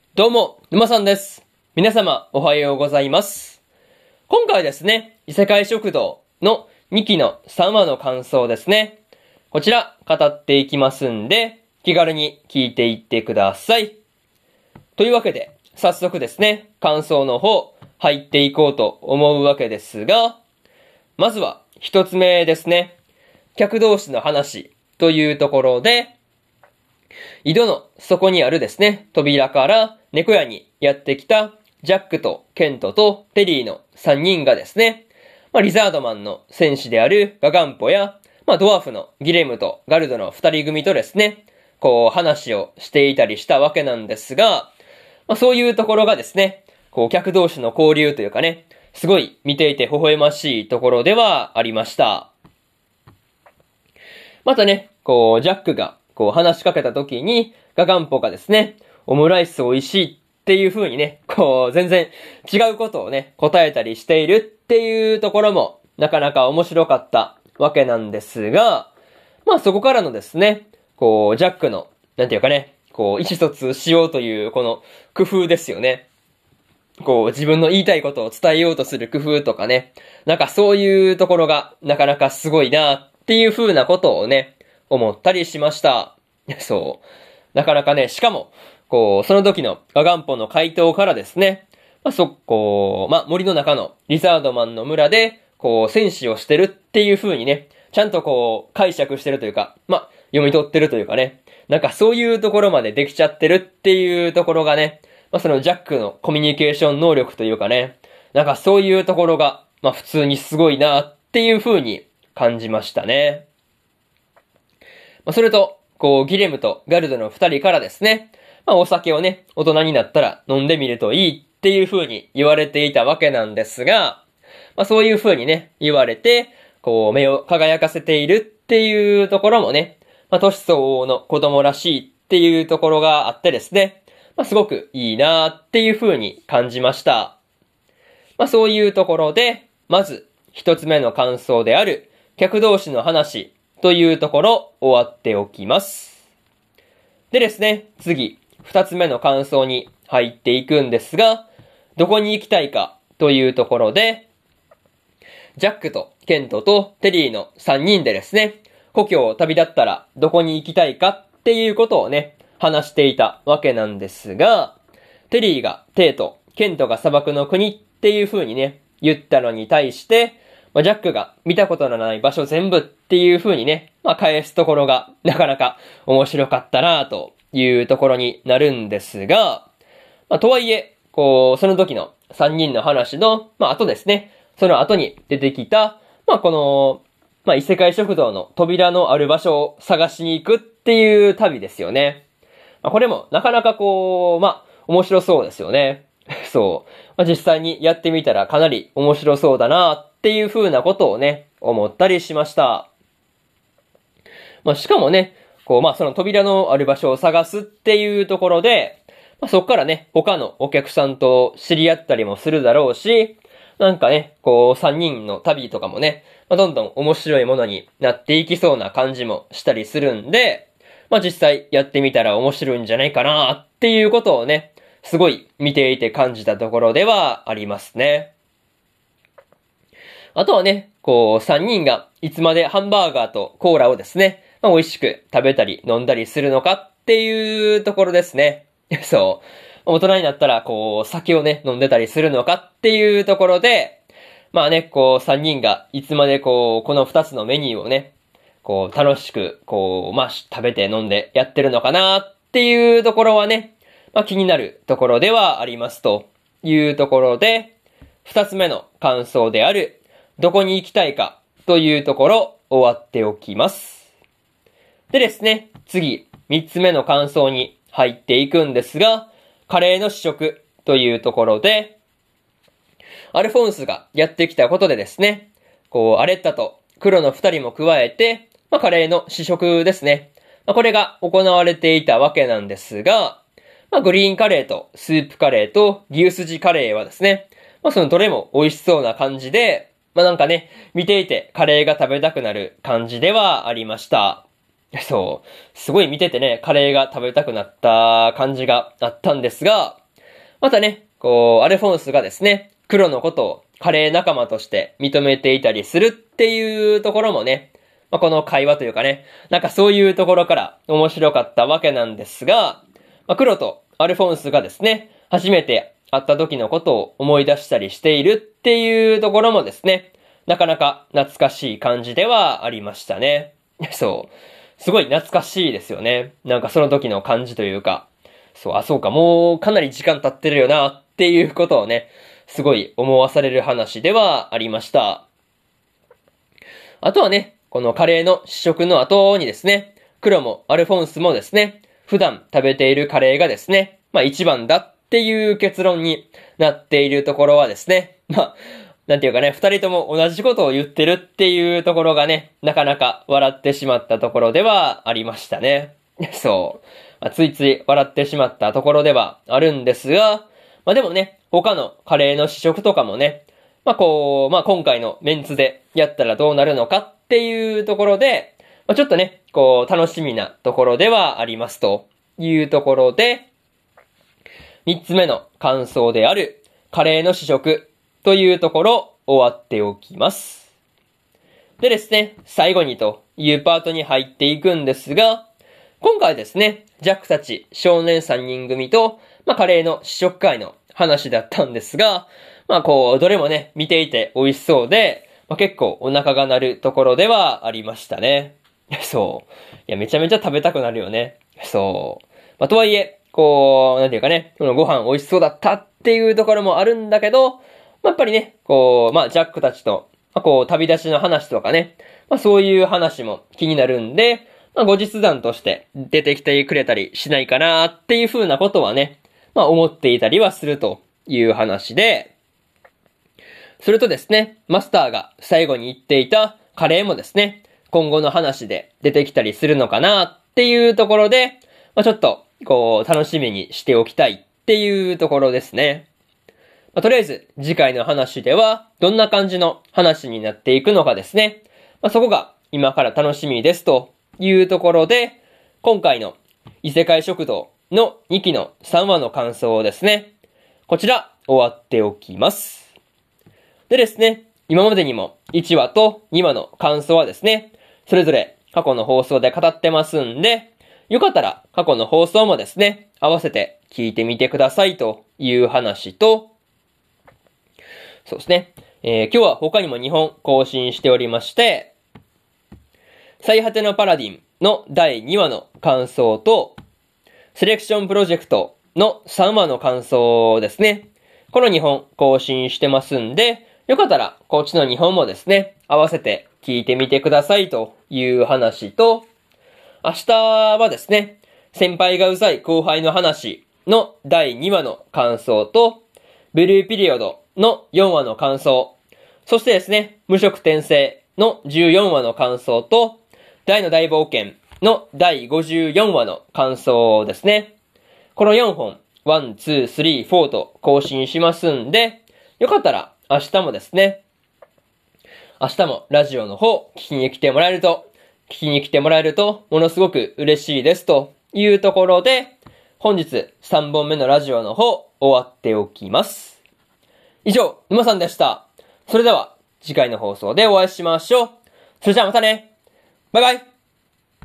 どうも、沼さんです。皆様、おはようございます。今回はですね、異世界食堂の2期の3話の感想ですね。こちら、語っていきますんで、気軽に聞いていってください。というわけで、早速ですね、感想の方、入っていこうと思うわけですが、まずは、一つ目ですね。客同士の話というところで、井戸の底にあるですね、扉から猫屋にやってきたジャックとケントとテリーの3人がですね、リザードマンの戦士であるガガンポや、ドワーフのギレムとガルドの2人組とですね、話をしていたりしたわけなんですが、そういうところがですね、客同士の交流というかね、すごい見ていて微笑ましいところではありました。またね、ジャックが話しかけた時に、ガガンポがですね、オムライス美味しいっていう風にね、全然違うことをね、答えたりしているっていうところも、なかなか面白かったわけなんですが、そこからのですね、ジャックの、なんていうかね、意思疎通しようという、この工夫ですよね。自分の言いたいことを伝えようとする工夫とかね、なんかそういうところが、なかなかすごいなっていう風なことをね、思ったりしました。そう。なかなかね、しかも、その時のガガンポの回答からですね、森の中のリザードマンの村で、戦士をしてるっていう風にね、ちゃんと解釈してるというか、読み取ってるというかね、なんかそういうところまでできちゃってるっていうところがね、そのジャックのコミュニケーション能力というかね、なんかそういうところが、普通にすごいなっていう風に感じましたね。それと、ギレムとガルドの2人からですね、お酒をね、大人になったら飲んでみるといいっていう風に言われていたわけなんですが、そういう風にね、言われて、目を輝かせているっていうところもね、年相応の子供らしいっていうところがあってですね、すごくいいなーっていう風に感じました。そういうところで、まず、一つ目の感想である、客同士の話というところ、終わっておきます。でですね、次、二つ目の感想に入っていくんですが、どこに行きたいかというところで、ジャックとケントとテリーの三人でですね、故郷を旅立ったらどこに行きたいかっていうことをね、話していたわけなんですが、テリーがテイとケントが砂漠の国っていう風にね、言ったのに対して、ジャックが見たことのない場所全部っていう風にね、返すところがなかなか面白かったなというところになるんですが、とはいえ、その時の3人の話の、後ですね、その後に出てきた、異世界食堂の扉のある場所を探しに行くっていう旅ですよね。これもなかなか面白そうですよね。そう。実際にやってみたらかなり面白そうだなっていう風なことをね、思ったりしました。しかもね、その扉のある場所を探すっていうところで、そっからね、他のお客さんと知り合ったりもするだろうし、なんかね、3人の旅とかもね、どんどん面白いものになっていきそうな感じもしたりするんで、実際やってみたら面白いんじゃないかなっていうことをね、すごい見ていて感じたところではありますね。あとはね、3人がいつまでハンバーガーとコーラをですね、美味しく食べたり飲んだりするのかっていうところですね。そう。大人になったら、酒をね、飲んでたりするのかっていうところで、3人がいつまでこの2つのメニューをね、楽しく、食べて飲んでやってるのかなっていうところはね、気になるところではありますというところで、2つ目の感想である、どこに行きたいかというところ、終わっておきます。でですね、次、3つ目の感想に入っていくんですが、カレーの試食というところで、アルフォンスがやってきたことでですね、アレッタと黒の2人も加えて、カレーの試食ですね。これが行われていたわけなんですが、グリーンカレーとスープカレーと牛すじカレーはですね、そのどれも美味しそうな感じで、なんかね、見ていてカレーが食べたくなる感じではありました。そう。すごい見ててね、カレーが食べたくなった感じがあったんですが、 またね、アルフォンスがですね、黒のことをカレー仲間として認めていたりするっていうところもね、この会話というかね、なんかそういうところから面白かったわけなんですが、黒とアルフォンスがですね、初めて会った時のことを思い出したりしているっていうところもですね、なかなか懐かしい感じではありましたね。そう。すごい懐かしいですよね。なんかその時の感じというか。そうか、もうかなり時間経ってるよなっていうことをね、すごい思わされる話ではありました。あとはね、このカレーの試食の後にですね、黒もアルフォンスもですね、普段食べているカレーがですね、一番だっていう結論になっているところはですね、なんていうかね、二人とも同じことを言ってるっていうところがね、なかなか笑ってしまったところではありましたね。そう。ついつい笑ってしまったところではあるんですが、でもね、他のカレーの試食とかもね、今回のメンツでやったらどうなるのかっていうところで、ちょっとね、楽しみなところではありますというところで、三つ目の感想であるカレーの試食というところ終わっておきます。でですね、最後にというパートに入っていくんですが、今回ですね、ジャックたち少年3人組と、カレーの試食会の話だったんですが、どれもね、見ていて美味しそうで、結構お腹が鳴るところではありましたね。そう。いや、めちゃめちゃ食べたくなるよね。そう。とはいえ、なんていうかね、このご飯美味しそうだったっていうところもあるんだけど、やっぱりね、ジャックたちと、旅立ちの話とかね、そういう話も気になるんで、後日談として出てきてくれたりしないかなっていう風なことはね、思っていたりはするという話で、それとですね、マスターが最後に言っていたカレーもですね、今後の話で出てきたりするのかなっていうところで、ちょっと、楽しみにしておきたいっていうところですね。とりあえず、次回の話では、どんな感じの話になっていくのかですね。そこが今から楽しみですというところで、今回の異世界食堂の2期の3話の感想をですね、こちら終わっておきます。でですね、今までにも1話と2話の感想はですね、それぞれ過去の放送で語ってますんで、よかったら過去の放送もですね、合わせて聞いてみてくださいという話と、そうですね、今日は他にも2本更新しておりまして、最果てのパラディンの第2話の感想と、セレクションプロジェクトの3話の感想ですね。この2本更新してますんで、よかったらこっちの2本もですね、合わせて聞いてみてくださいという話と、明日はですね、先輩がうざい後輩の話の第2話の感想と、ブルーピリオドの4話の感想、そしてですね、無色転生の14話の感想と、大の大冒険の第54話の感想ですね。この4本、1、2、3、4と更新しますんで、よかったら明日もですね、明日もラジオの方聞きに来てもらえるとものすごく嬉しいですというところで、本日3本目のラジオの方終わっておきます。以上、沼さんでした。それでは次回の放送でお会いしましょう。それじゃあまたね。バイバイ。